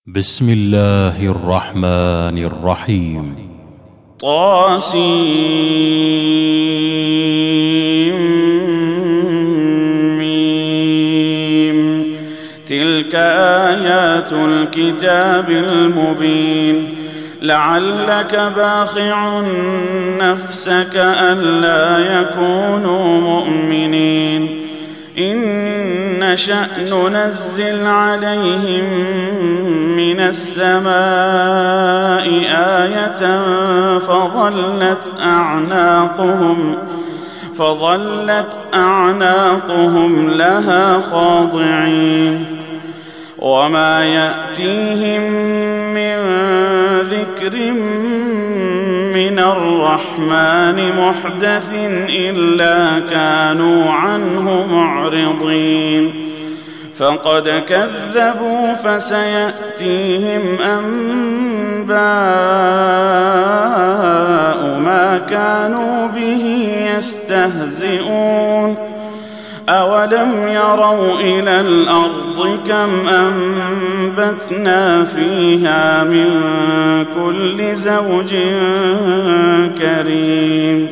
بسم الله الرحمن الرحيم. طاسيم. تلك آيات الكتاب المبين. لعلك باخع نفسك ألا يكونوا مؤمنين. إن نشأ ننزل عليهم من السماء آية فظلت أعناقهم لها خاضعين. وما يأتيهم من ذكر من الرحمن محدث إلا كانوا عنه معرضين. فقد كذبوا فسيأتيهم أنباء ما كانوا به يستهزئون. أولم يروا إلى الأرض كم أنبتنا فيها من كل زوج كريم.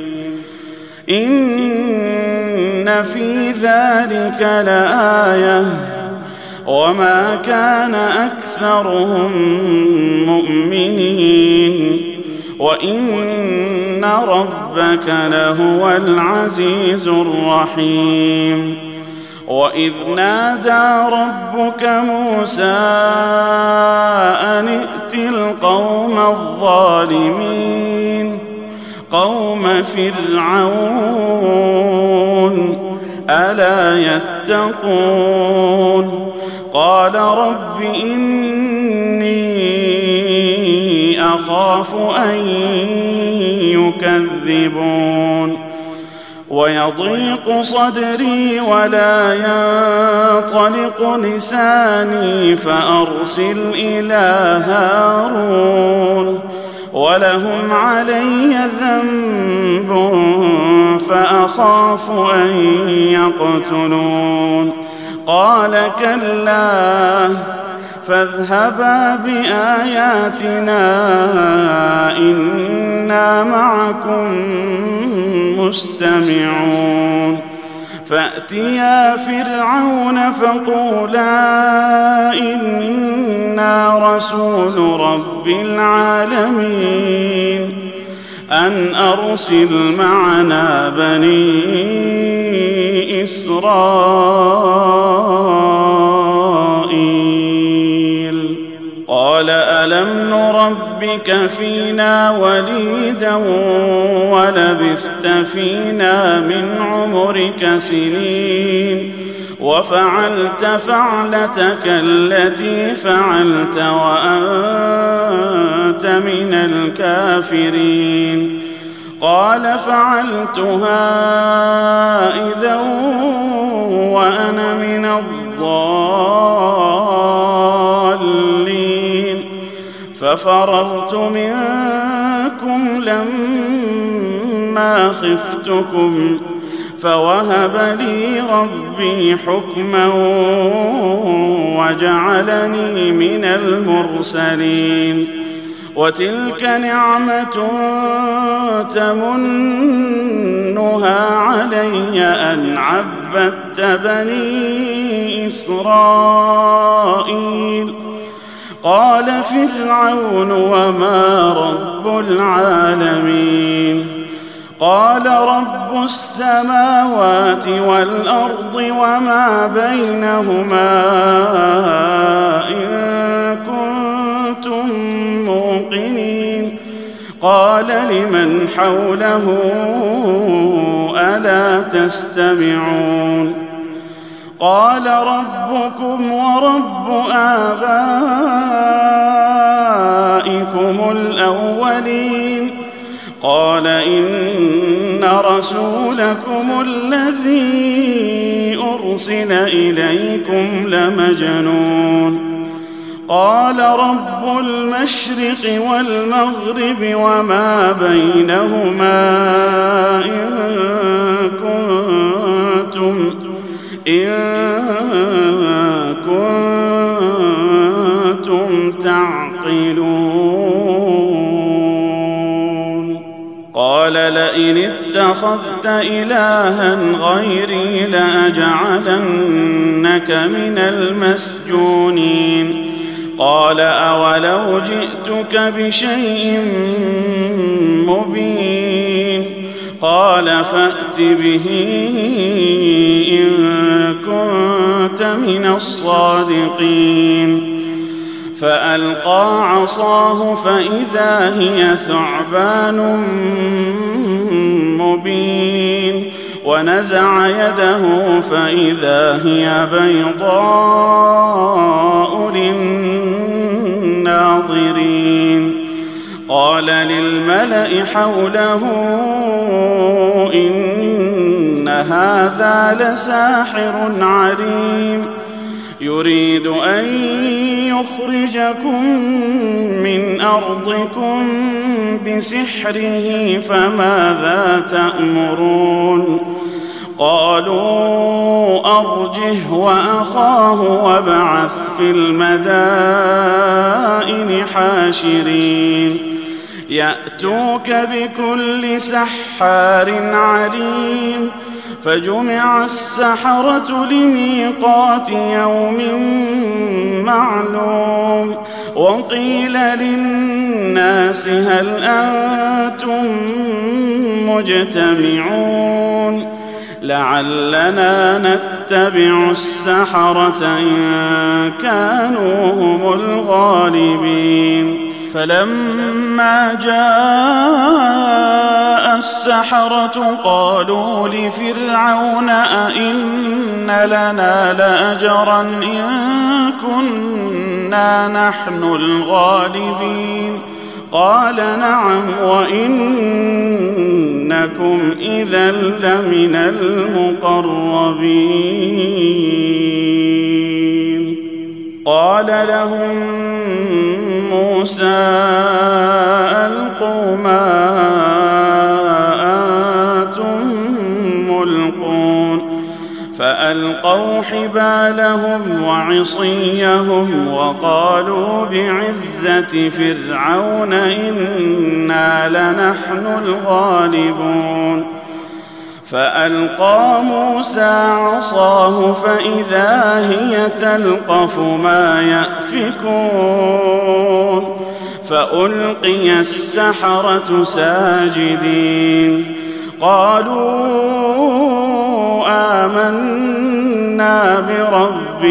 إن في ذلك لآية وما كان أكثرهم مؤمنين وإن ربك لهو العزيز الرحيم. وإذ نادى ربك موسى أن ائت القوم الظالمين قوم فرعون ألا يتقون. قال رب إني أخاف أن يكذبون. ويضيق صدري ولا ينطلق لساني فأرسل إلى هارون ولهم علي ذنب فأخاف أن يقتلون. قال كلا فاذهبا بآياتنا إنا معكم مستمعون. فأتيا فرعون فقولا إنا رسول رب العالمين أن أرسل معنا بني إسرائيل. قال ألم نربك فينا وليدا ولبثت فينا من عمرك سنين وفعلت فعلتك التي فعلت وأنت من الكافرين. قال فعلتها إذا وأنا من الضالين. ففررت منكم لما خفتكم فوهب لي ربي حكما وجعلني من المرسلين. وتلك نعمة تمنها علي أن عبدت بني إسرائيل. قال فرعون وما رب العالمين. قال رب السماوات والأرض وما بينهما إن كنتم موقنين. قال لمن حوله ألا تستمعون. قال ربكم ورب آبائكم الأولين. قال إن رسولكم الذي أرسل إليكم لمجنون. قال رب المشرق والمغرب وما بينهما إن كنتم تعقلون قال لئن اتخذت إلها غيري لأجعلنك من المسجونين قال أولو جئتك بشيء مبين قال فأت به إن كنت من الصادقين فألقى عصاه فإذا هي ثعبان مبين ونزع يده فإذا هي بيضاء للناظرين قال للملأ حوله إن هذا لساحر عليم يريد أن يخرجكم من أرضكم بسحره فماذا تأمرون قالوا أرجه وأخاه وابعث في المدائن حاشرين يأتوك بكل سحار عليم فجمع السحرة لميقات يوم معلوم وقيل للناس هل أنتم مجتمعون لعلنا نتبع السحرة إن كانوا هم الغالبين فلما جاء السحرة قالوا لفرعون أئن لنا لأجرا إن كنا نحن الغالبين قال نعم وإنكم إذا لمن المقربين قال لهم موسى ألقوا ما أنتم ملقون فألقوا حبالهم وعصيهم وقالوا بعزة فرعون إنا لنحن الغالبون فألقى موسى عصاه فإذا هي تلقف ما يأفكون فألقي السحرة ساجدين قالوا آمنا برب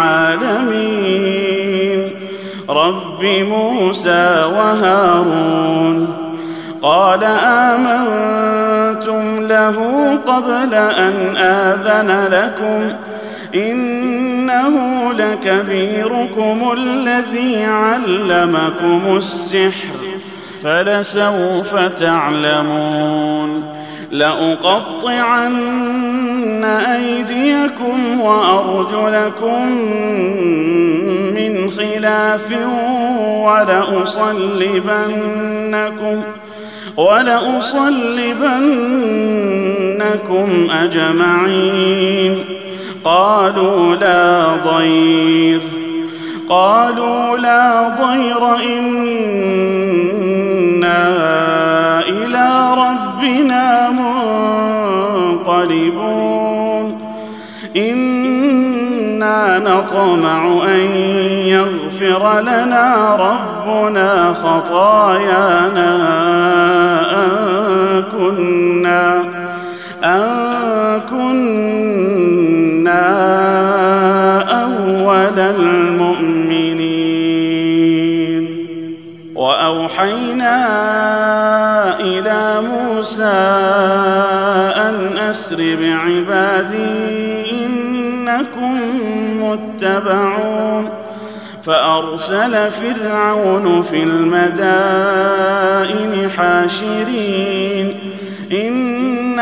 العالمين رب موسى وهارون قال آمنتم له قبل أن آذن لكم إنه لكبيركم الذي علمكم السحر فلسوف تعلمون لأقطعن أيديكم وأرجلكم من خلاف ولأصلبنكم أجمعين قالوا لا ضير إنا إلى ربنا منقلبون إنا نطمع أن يغفر لنا ربنا خطايانا أن كنا أول المؤمنين وأوحينا إلى موسى أن أسر بعبادي إنكم متبعون فأرسل فرعون في المدائن حاشرين إن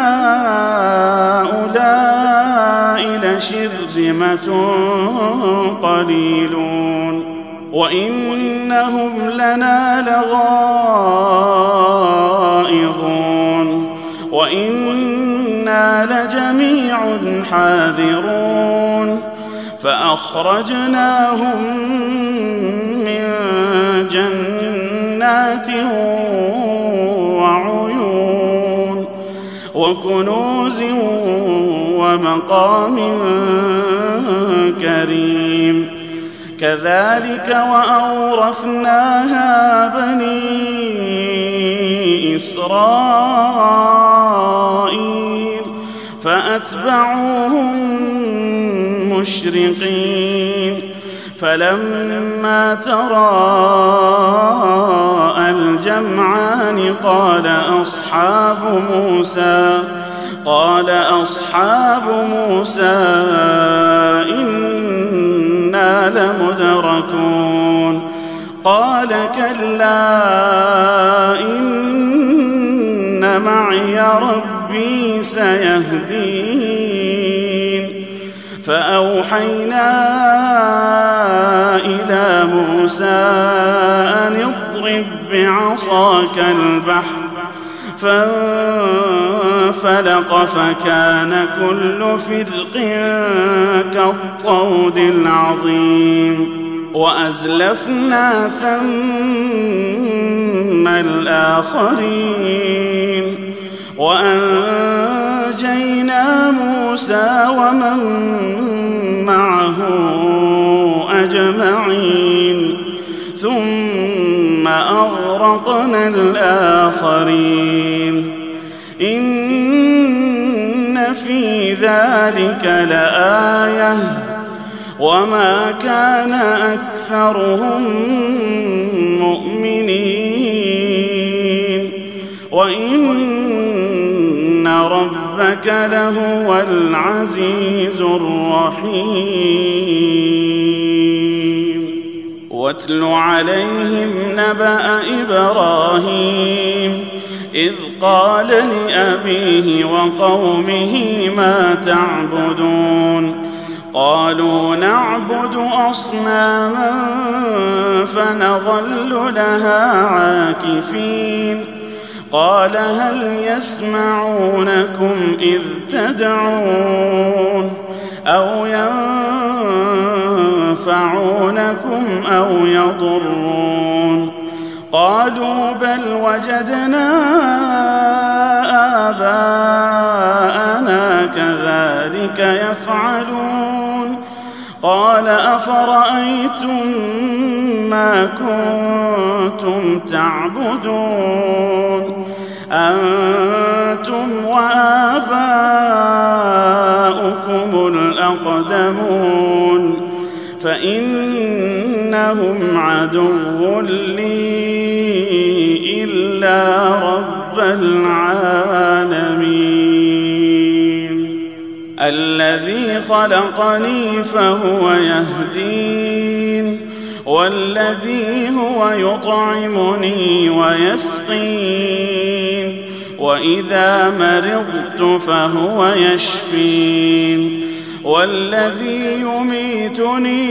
هؤلاء لشرذمة قليلون وإنهم لنا لغائظون وإنا لجميع حاذرون فأخرجناهم من وجنات وعيون وكنوز ومقام كريم كذلك وأورثناها بني إسرائيل فأتبعوهم مشرقين فلما تراءى الجمعان قال أصحاب موسى إنا لمدركون قال كلا إن معي ربي سيهدين فأوحينا إلى موسى أن اضرب بعصاك البحر فانفلق فكان كل فرق كالطود العظيم وأزلفنا ثم الآخرين وأنجينا موسى ومن معه أجمعين ثم أغرقنا الآخرين إن في ذلك لآية وما كان أكثرهم مؤمنين وإن ربك لهو العزيز الرحيم واتل عليهم نبأ إبراهيم إذ قال لأبيه وقومه ما تعبدون قالوا نعبد أصناما فنظل لها عاكفين قال هل يسمعونكم إذ تدعون أو ينفعونكم أو يضرون قالوا بل وجدنا آباءنا كذلك يفعلون قال أفرأيتم ما كنتم تعبدون أنتم وآباؤكم الأقدمون فإنهم عدو لي إلا رب العالمين الذي خلقني فهو يهدين والذي هو يطعمني ويسقين وإذا مرضت فهو يشفين والذي يميتني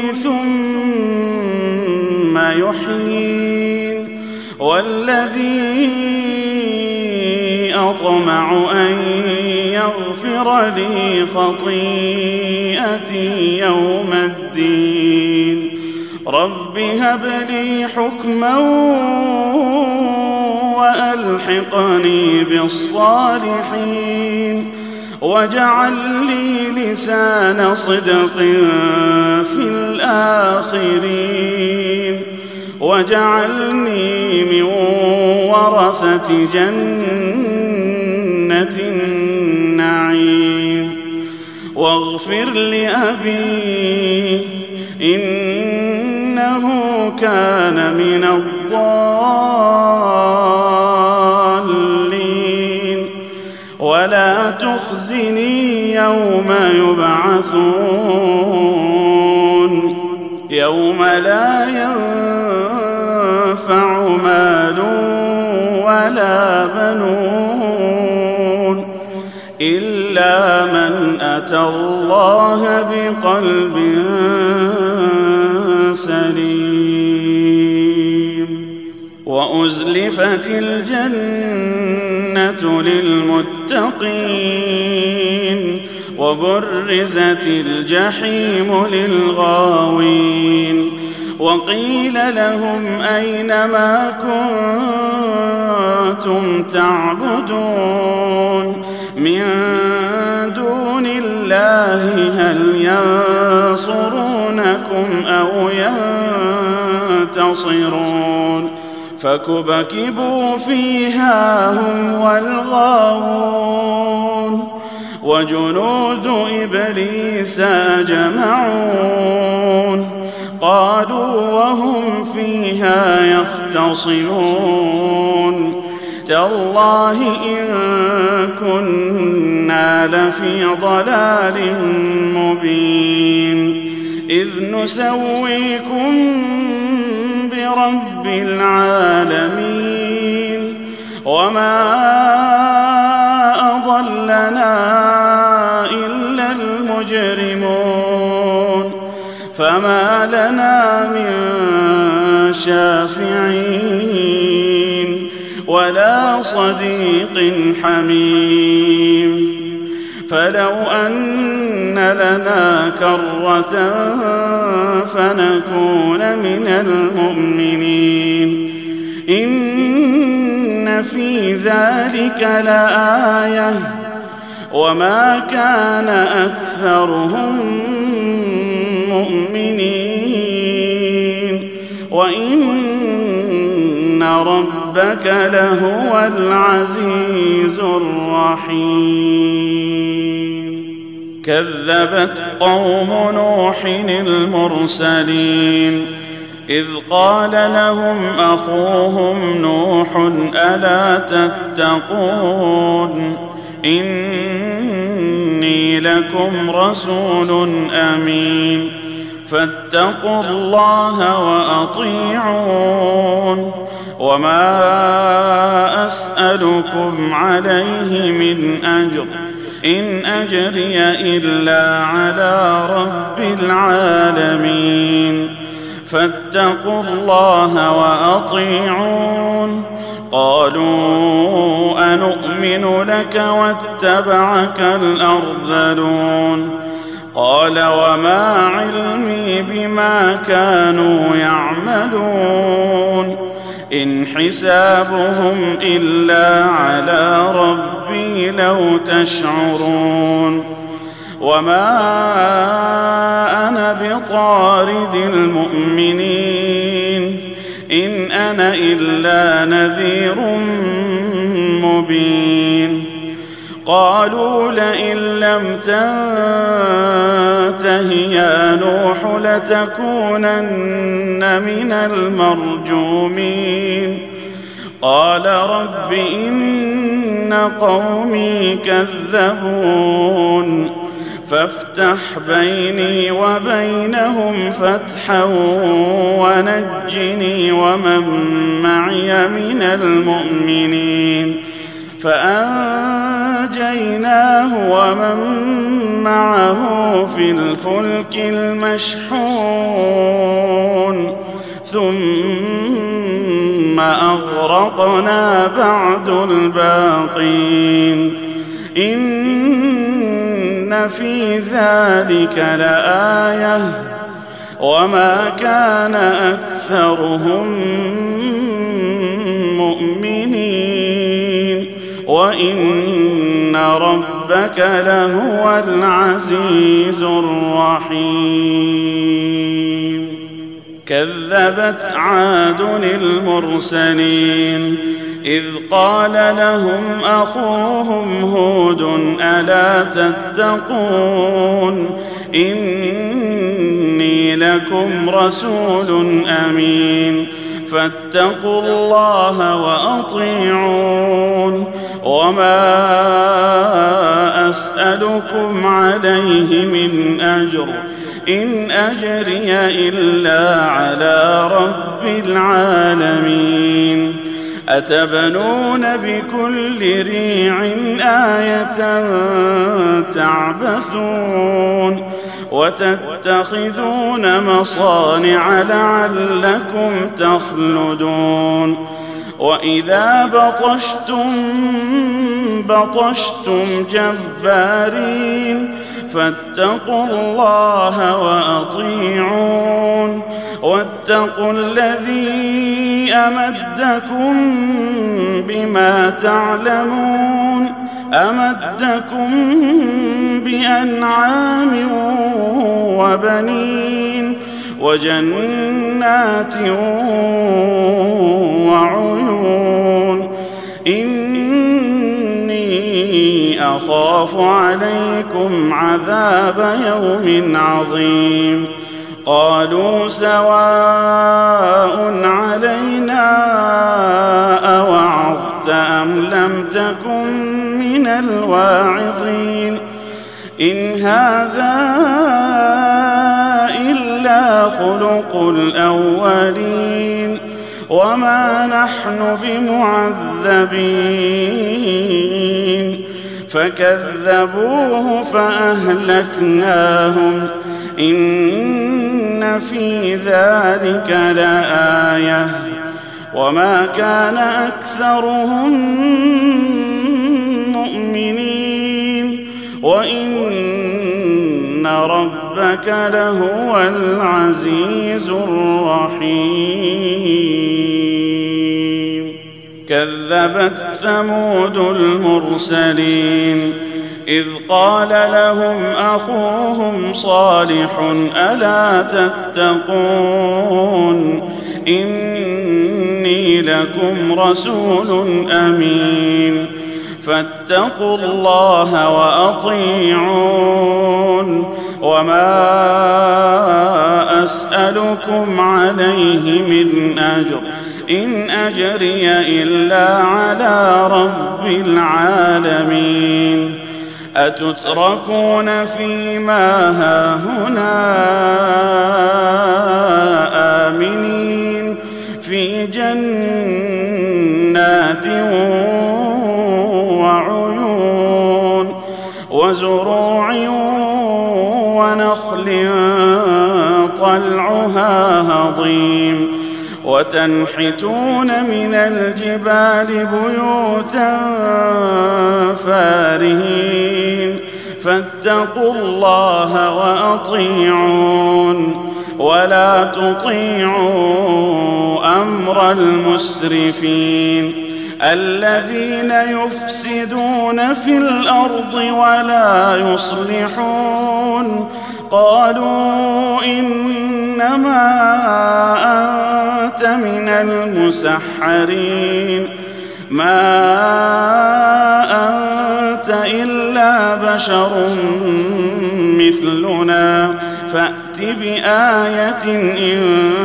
ثم يحيين والذي أطمع أن يغفر لي خطيئتي يوم الدين رب هب لي حكما وألحقني بالصالحين واجعل لي لسان صدق في الآخرين واجعلني من ورثة جنة النعيم واغفر لأبي إنه كان من الضالين ولا تخزني يوم يبعثون يوم لا ينفع مال ولا بنون إلا من أتى الله بقلب سليم وأزلفت الجنة للمتقين وبرزت الجحيم للغاوين وقيل لهم أين ما كنتم تعبدون من دون الله هل ينصرونكم أو ينتصرون فكبكبوا فيها هم والغاوون وجنود إبليس أجمعون قالوا وهم فيها يختصمون تالله إن كنا لفي ضلال مبين إذ نسويكم برب العالمين وما أضلنا إلا المجرمون فما لنا من شافعين ولا صديق حميم فلو أن لنا كرة فنكون من المؤمنين إن في ذلك لآية وما كان أكثرهم مؤمنين وإن ربك لهو العزيز الرحيم كذبت قوم نوح المرسلين إذ قال لهم أخوهم نوح ألا تتقون إني لكم رسول أمين فاتقوا الله وأطيعون وما أسألكم عليه من أجر إن أجري إلا على رب العالمين فاتقوا الله وأطيعون قالوا أنؤمن لك واتبعك الأرذلون قال وما علمي بما كانوا يعملون إن حسابهم إلا على ربي لو تشعرون وما أنا بطارد المؤمنين إن أنا إلا نذير مبين قالوا لئن لم تنته يا نوح لتكونن من المرجومين قال رب إن قومي كذبون فافتح بيني وبينهم فتحا ونجني ومن معي من المؤمنين فأنجيناه ومن معه في الفلك المشحون ثم أغرقنا بعد الباقين إن في ذلك لآية وما كان أكثرهم مؤمنين وإن ربك لهو العزيز الرحيم كذبت عاد المرسلين إذ قال لهم أخوهم هود ألا تتقون إني لكم رسول أمين فاتقوا الله وأطيعون وما أسألكم عليه من أجر إن أجري إلا على رب العالمين أتبنون بكل ريع آية تعبثون وتتخذون مصانع لعلكم تخلدون وإذا بطشتم جبارين فاتقوا الله وأطيعون واتقوا الذي أمدكم بما تعلمون أمدكم بأنعام وبنين وجنات وعيون إني أخاف عليكم عذاب يوم عظيم قالوا سواء علينا أوعظت أم لم تكن من الواعظين إن هذا إلا خلق الأولين وما نحن بمعذبين فكذبوه فأهلكناهم إن في ذلك لآية وما كان أكثرهم مؤمنين وإن ربك لهو العزيز الرحيم كذبت ثمود المرسلين إذ قال لهم أخوهم صالح ألا تتقون إني لكم رسول أمين فاتقوا الله وأطيعون وما أسألكم عليه من أجر إن أجري إلا على رب العالمين أتتركون فيما هاهنا آمنين في جنات وعيون وزروع ونخل طلعها هضيم وتنحتون من الجبال بيوتا فارهين فاتقوا الله وأطيعون ولا تطيعوا أمر المسرفين الذين يفسدون في الأرض ولا يصلحون قالوا إنما أنت من المسحرين ما أنت إلا بشر مثلنا فأت بآية إن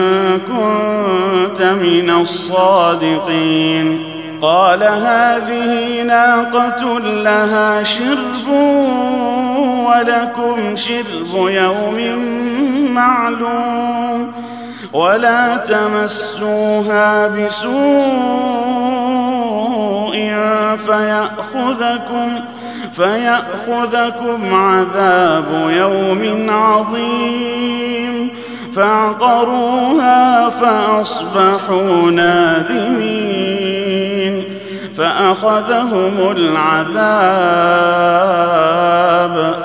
كنت من الصادقين قال هذه ناقة لها شرب ولكم شرب يوم معلوم ولا تمسوها بسوء فيأخذكم عذاب يوم عظيم فعقروها فأصبحوا نادمين فأخذهم العذاب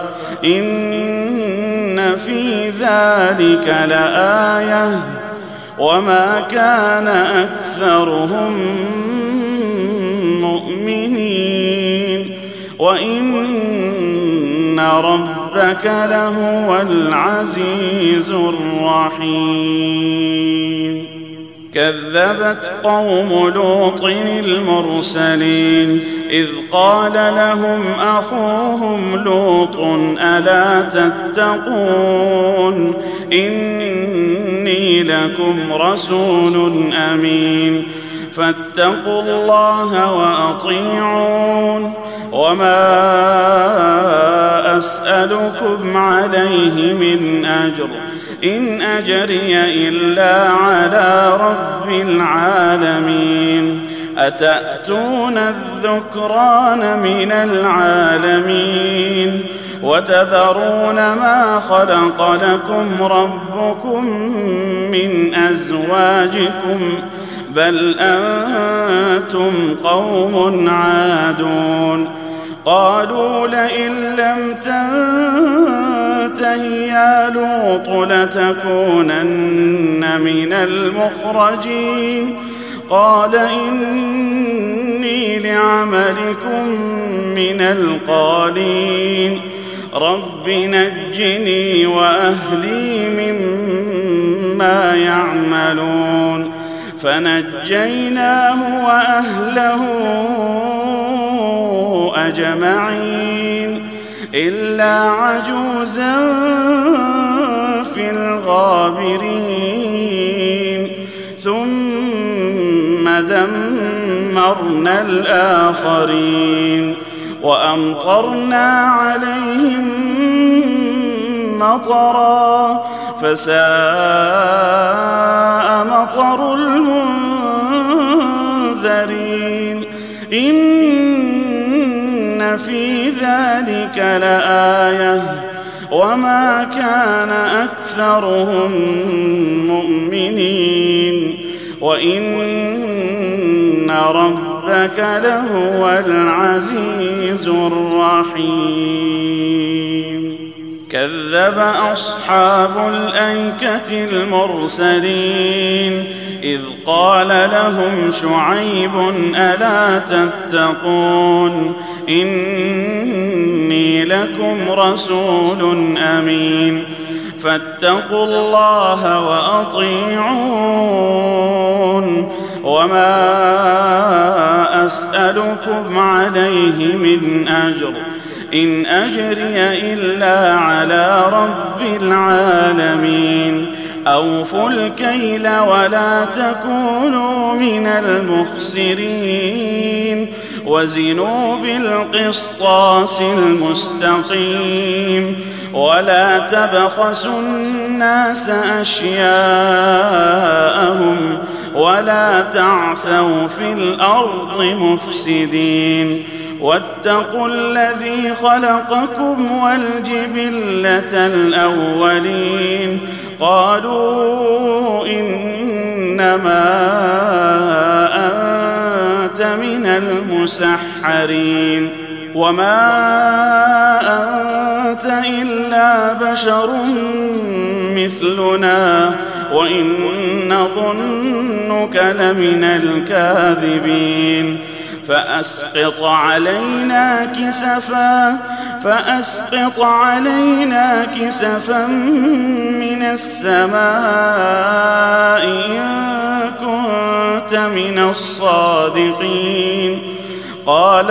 إن في ذلك لآية وما كان أكثرهم مؤمنين وإن ربك لهو العزيز الرحيم كذبت قوم لوط المرسلين إذ قال لهم أخوهم لوط ألا تتقون إني لكم رسول أمين فاتقوا الله وأطيعون وما أسألكم عليه من أجر إن أجري إلا على رب العالمين أتأتون الذكران من العالمين وتذرون ما خلق لكم ربكم من أزواجكم بل أنتم قوم عادون قالوا لئن لم تنته إذا يا لوط لتكونن من المخرجين قال إني لعملكم من القالين رب نجني وأهلي مما يعملون فنجيناه وأهله أجمعين إلا عجوزا في الغابرين ثم دمرنا الآخرين وأمطرنا عليهم مطرا فساء مطر المنذرين إن في ذلك لآية وما كان أكثرهم مؤمنين وإن ربك لهو العزيز الرحيم كذب أصحاب الأيكة المرسلين إذ قال لهم شعيب ألا تتقون إني لكم رسول أمين فاتقوا الله وأطيعون وما أسألكم عليه من أجر إن أجري إلا على رب العالمين أوفوا الكيل ولا تكونوا من المخسرين وزنوا بالقسطاس المستقيم ولا تبخسوا الناس أشياءهم ولا تعثوا في الأرض مفسدين واتقوا الذي خلقكم والجبلة الأولين قالوا إنما أنت من المسحرين وما أنت إلا بشر مثلنا وإن نظنك لمن الكاذبين فأسقط علينا كسفا من السماء إن كنت من الصادقين قال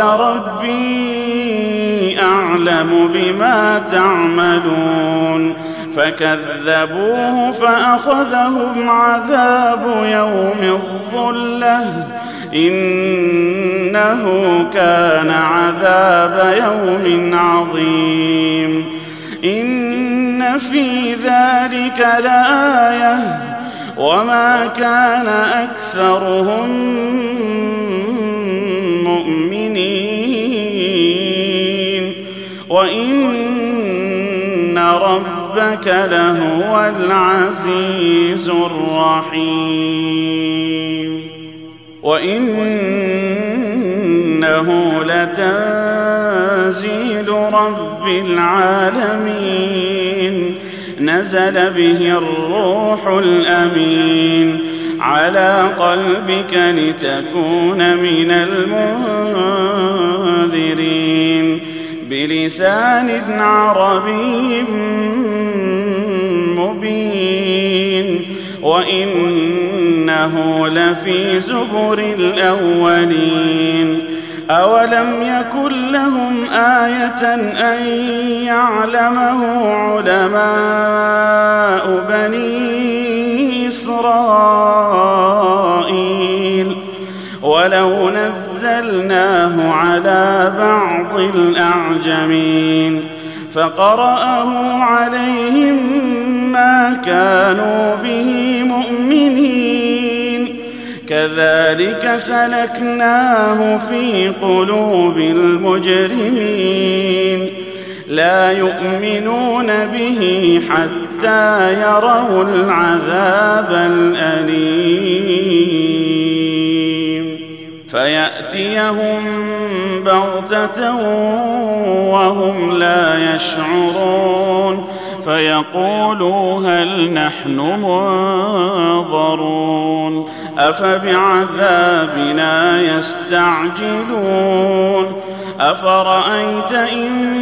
ربي أعلم بما تعملون فكذبوه فأخذهم عذاب يوم الظلة إنه كان عذاب يوم عظيم إن في ذلك لآية وما كان أكثرهم مؤمنين وإن ربك لهو العزيز الرحيم وإنه لتنزيل رب العالمين نزل به الروح الأمين على قلبك لتكون من المنذرين بلسان عربي مبين وإنه لفي زبر الأولين أولم يكن لهم آية أن يعلمه علماء بني إسرائيل ولو نزلناه على بعض الأعجمين فقرأه عليهم ما كانوا به مؤمنين كذلك سلكناه في قلوب المجرمين لا يؤمنون به حتى يروا العذاب الأليم فيأتيهم بغتة وهم لا يشعرون فيقولوا هل نحن منظرون أفبعذابنا يستعجلون أفرأيت إن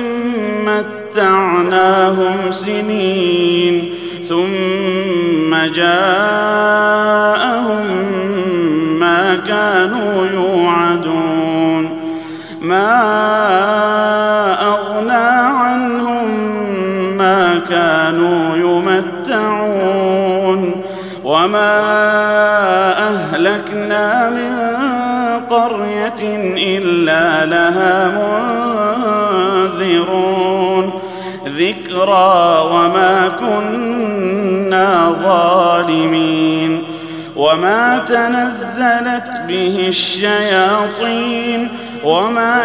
متعناهم سنين ثم جاءهم ما كانوا يوعدون ما أغنى عنهم ما كانوا يمتعون وما أهلكنا من قرية إلا لها منذرون ذكرى وما كنا ظالمين وما تنزلت به الشياطين وما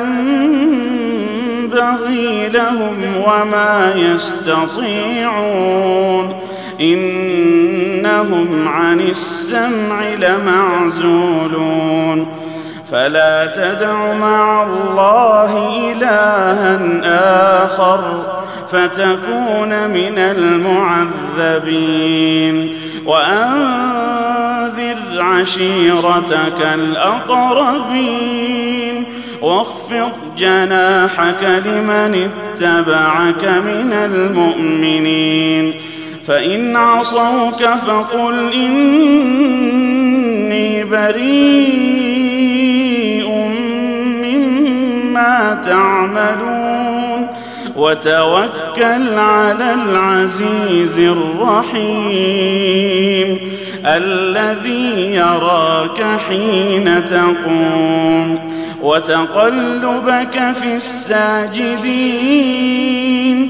ينبغي لهم وما يستطيعون إنهم عن السمع لمعزولون فلا تدع مع الله إلها آخر فتكون من المعذبين وأنذر عشيرتك الأقربين واخفض جناحك لمن اتبعك من المؤمنين فإن عصوك فقل إني بريء مما تعملون وتوكل على العزيز الرحيم الذي يراك حين تقوم وتقلبك في الساجدين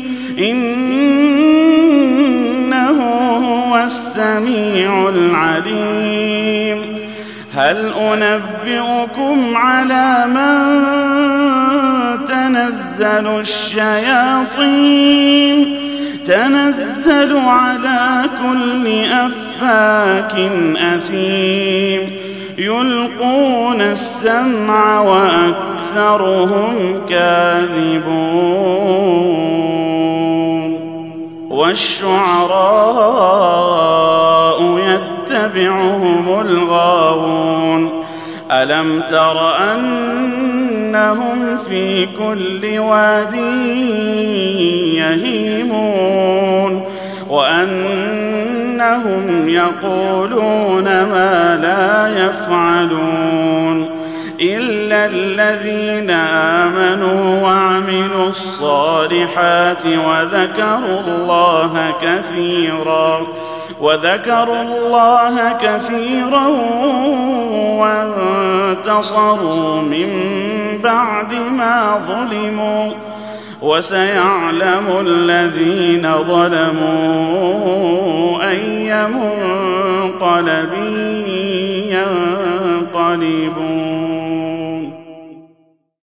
إنه هو السميع العليم هل أنبئكم على من تنزل الشياطين تنزل على كل أفاك أثيم يلقون السمع وأكثرهم كاذبون والشعراء يتبعهم الغاوون ألم تر أنهم في كل واد يهيمون وأنهم يقولون ما لا يفعلون إلا الذين آمنوا وعملوا الصالحات وذكروا الله كثيرا وانتصروا من بعد ما ظلموا وسيعلم الذين ظلموا أي منقلب ينقلبون